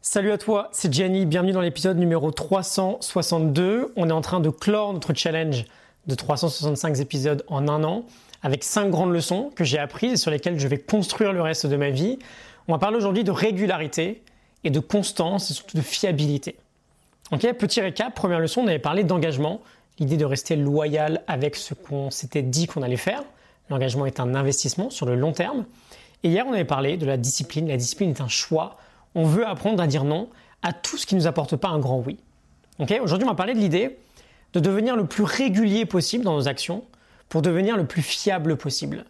Salut à toi, c'est Gianni, bienvenue dans l'épisode numéro 362. On est en train de clore notre challenge de 365 épisodes en un an avec 5 grandes leçons que j'ai apprises et sur lesquelles je vais construire le reste de ma vie. On va parler aujourd'hui de régularité et de constance et surtout de fiabilité. Ok, petit récap, première leçon, on avait parlé d'engagement, l'idée de rester loyal avec ce qu'on s'était dit qu'on allait faire. L'engagement est un investissement sur le long terme. Et hier, on avait parlé de la discipline. La discipline est un choix. On veut apprendre à dire non à tout ce qui ne nous apporte pas un grand oui. Okay, aujourd'hui, on va parler de l'idée de devenir le plus régulier possible dans nos actions pour devenir le plus fiable possible.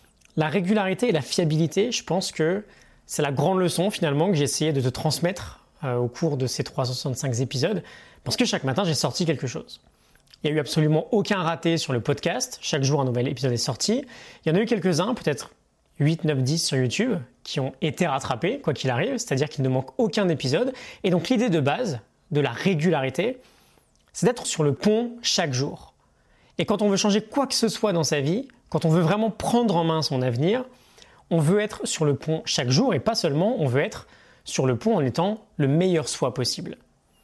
La régularité et la fiabilité, je pense que c'est la grande leçon finalement que j'ai essayé de te transmettre au cours de ces 365 épisodes parce que chaque matin, j'ai sorti quelque chose. Il n'y a eu absolument aucun raté sur le podcast. Chaque jour, un nouvel épisode est sorti. Il y en a eu quelques-uns, peut-être 8, 9, 10 sur YouTube qui ont été rattrapés, quoi qu'il arrive, c'est-à-dire qu'il ne manque aucun épisode. Et donc l'idée de base de la régularité, c'est d'être sur le pont chaque jour. Et quand on veut changer quoi que ce soit dans sa vie, quand on veut vraiment prendre en main son avenir, on veut être sur le pont chaque jour et pas seulement, on veut être sur le pont en étant le meilleur soi possible.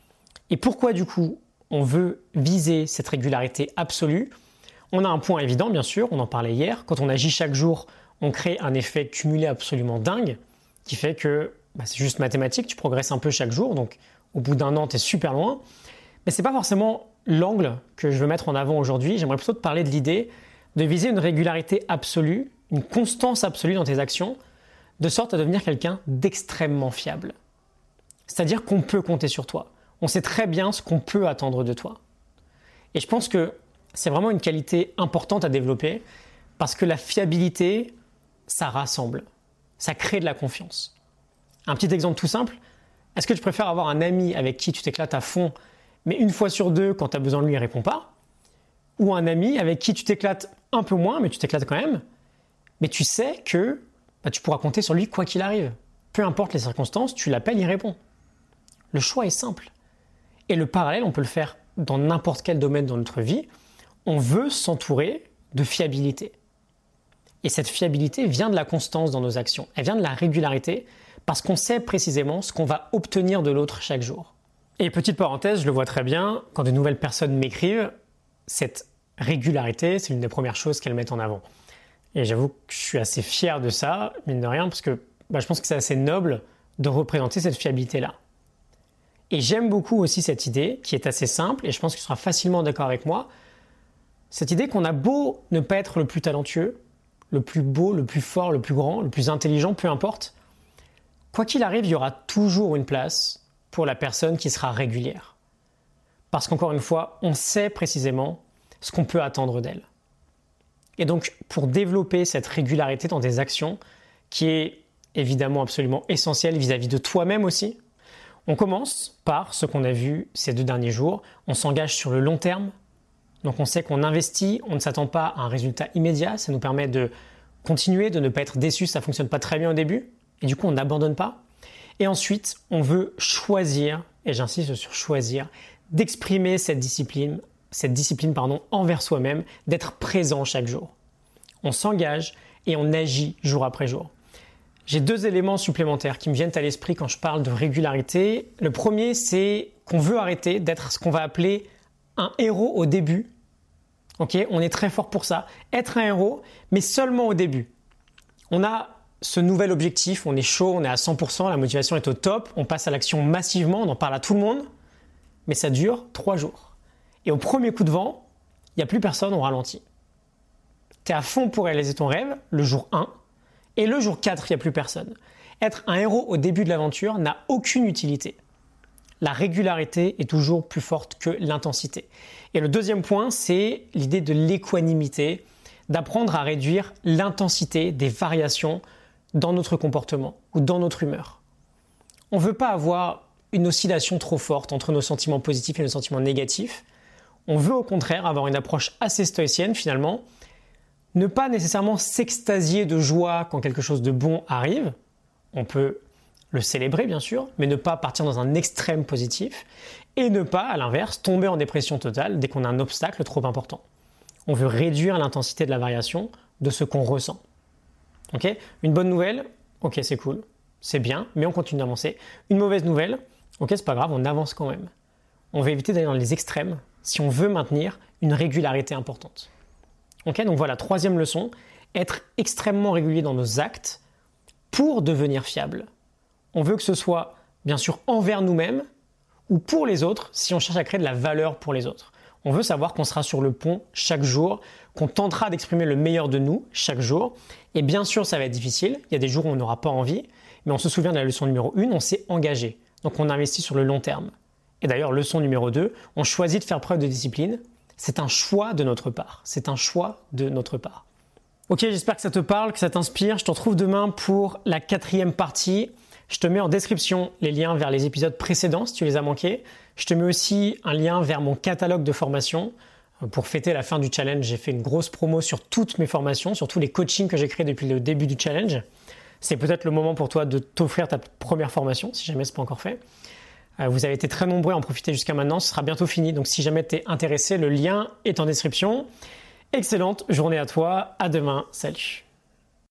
Et pourquoi du coup on veut viser cette régularité absolue? On a un point évident bien sûr, on en parlait hier, quand on agit chaque jour, on crée un effet cumulé absolument dingue qui fait que c'est juste mathématique, tu progresses un peu chaque jour, donc au bout d'un an, tu es super loin. Mais ce n'est pas forcément l'angle que je veux mettre en avant aujourd'hui. J'aimerais plutôt te parler de l'idée de viser une régularité absolue, une constance absolue dans tes actions, de sorte à devenir quelqu'un d'extrêmement fiable. C'est-à-dire qu'on peut compter sur toi. On sait très bien ce qu'on peut attendre de toi. Et je pense que c'est vraiment une qualité importante à développer parce que la fiabilité, ça rassemble, ça crée de la confiance. Un petit exemple tout simple, est-ce que tu préfères avoir un ami avec qui tu t'éclates à fond, mais une fois sur deux, quand tu as besoin de lui, il ne répond pas, ou un ami avec qui tu t'éclates un peu moins, mais tu t'éclates quand même, mais tu sais que tu pourras compter sur lui quoi qu'il arrive. Peu importe les circonstances, tu l'appelles, il répond. Le choix est simple. Et le parallèle, on peut le faire dans n'importe quel domaine dans notre vie. On veut s'entourer de fiabilité. Et cette fiabilité vient de la constance dans nos actions. Elle vient de la régularité parce qu'on sait précisément ce qu'on va obtenir de l'autre chaque jour. Et petite parenthèse, je le vois très bien, quand de nouvelles personnes m'écrivent, cette régularité, c'est l'une des premières choses qu'elles mettent en avant. Et j'avoue que je suis assez fier de ça, mine de rien, parce que je pense que c'est assez noble de représenter cette fiabilité-là. Et j'aime beaucoup aussi cette idée, qui est assez simple, et je pense que tu seras facilement d'accord avec moi, cette idée qu'on a beau ne pas être le plus talentueux, le plus beau, le plus fort, le plus grand, le plus intelligent, peu importe. Quoi qu'il arrive, il y aura toujours une place pour la personne qui sera régulière. Parce qu'encore une fois, on sait précisément ce qu'on peut attendre d'elle. Et donc, pour développer cette régularité dans tes actions, qui est évidemment absolument essentielle vis-à-vis de toi-même aussi, on commence par ce qu'on a vu ces 2 derniers jours. On s'engage sur le long terme. Donc on sait qu'on investit, on ne s'attend pas à un résultat immédiat, ça nous permet de continuer, de ne pas être déçu, ça ne fonctionne pas très bien au début, et du coup on n'abandonne pas. Et ensuite, on veut choisir, et j'insiste sur choisir, d'exprimer cette discipline envers soi-même, d'être présent chaque jour. On s'engage et on agit jour après jour. J'ai 2 éléments supplémentaires qui me viennent à l'esprit quand je parle de régularité. Le premier, c'est qu'on veut arrêter d'être ce qu'on va appeler un héros au début. Okay, on est très fort pour ça. Être un héros, mais seulement au début. On a ce nouvel objectif, on est chaud, on est à 100%, la motivation est au top, on passe à l'action massivement, on en parle à tout le monde, mais ça dure 3 jours. Et au premier coup de vent, il n'y a plus personne, on ralentit. Tu es à fond pour réaliser ton rêve, le jour 1, et le jour 4, il n'y a plus personne. Être un héros au début de l'aventure n'a aucune utilité. La régularité est toujours plus forte que l'intensité. Et le deuxième point, c'est l'idée de l'équanimité, d'apprendre à réduire l'intensité des variations dans notre comportement ou dans notre humeur. On ne veut pas avoir une oscillation trop forte entre nos sentiments positifs et nos sentiments négatifs. On veut au contraire avoir une approche assez stoïcienne finalement, ne pas nécessairement s'extasier de joie quand quelque chose de bon arrive. On peut le célébrer bien sûr, mais ne pas partir dans un extrême positif et ne pas, à l'inverse, tomber en dépression totale dès qu'on a un obstacle trop important. On veut réduire l'intensité de la variation de ce qu'on ressent. Okay, une bonne nouvelle, ok c'est cool, c'est bien, mais on continue d'avancer. Une mauvaise nouvelle, ok, c'est pas grave, on avance quand même. On va éviter d'aller dans les extrêmes si on veut maintenir une régularité importante. Ok, donc voilà, troisième leçon, être extrêmement régulier dans nos actes pour devenir fiable. On veut que ce soit bien sûr envers nous-mêmes ou pour les autres si on cherche à créer de la valeur pour les autres. On veut savoir qu'on sera sur le pont chaque jour, qu'on tentera d'exprimer le meilleur de nous chaque jour. Et bien sûr, ça va être difficile. Il y a des jours où on n'aura pas envie, mais on se souvient de la leçon numéro 1, on s'est engagé. Donc on investit sur le long terme. Et d'ailleurs, leçon numéro 2, on choisit de faire preuve de discipline. C'est un choix de notre part. C'est un choix de notre part. Ok, j'espère que ça te parle, que ça t'inspire. Je te retrouve demain pour la 4e partie. Je te mets en description les liens vers les épisodes précédents si tu les as manqués. Je te mets aussi un lien vers mon catalogue de formation. Pour fêter la fin du challenge, j'ai fait une grosse promo sur toutes mes formations, sur tous les coachings que j'ai créés depuis le début du challenge. C'est peut-être le moment pour toi de t'offrir ta première formation, si jamais ce n'est pas encore fait. Vous avez été très nombreux à en profiter jusqu'à maintenant, ce sera bientôt fini. Donc si jamais tu es intéressé, le lien est en description. Excellente journée à toi, à demain, salut.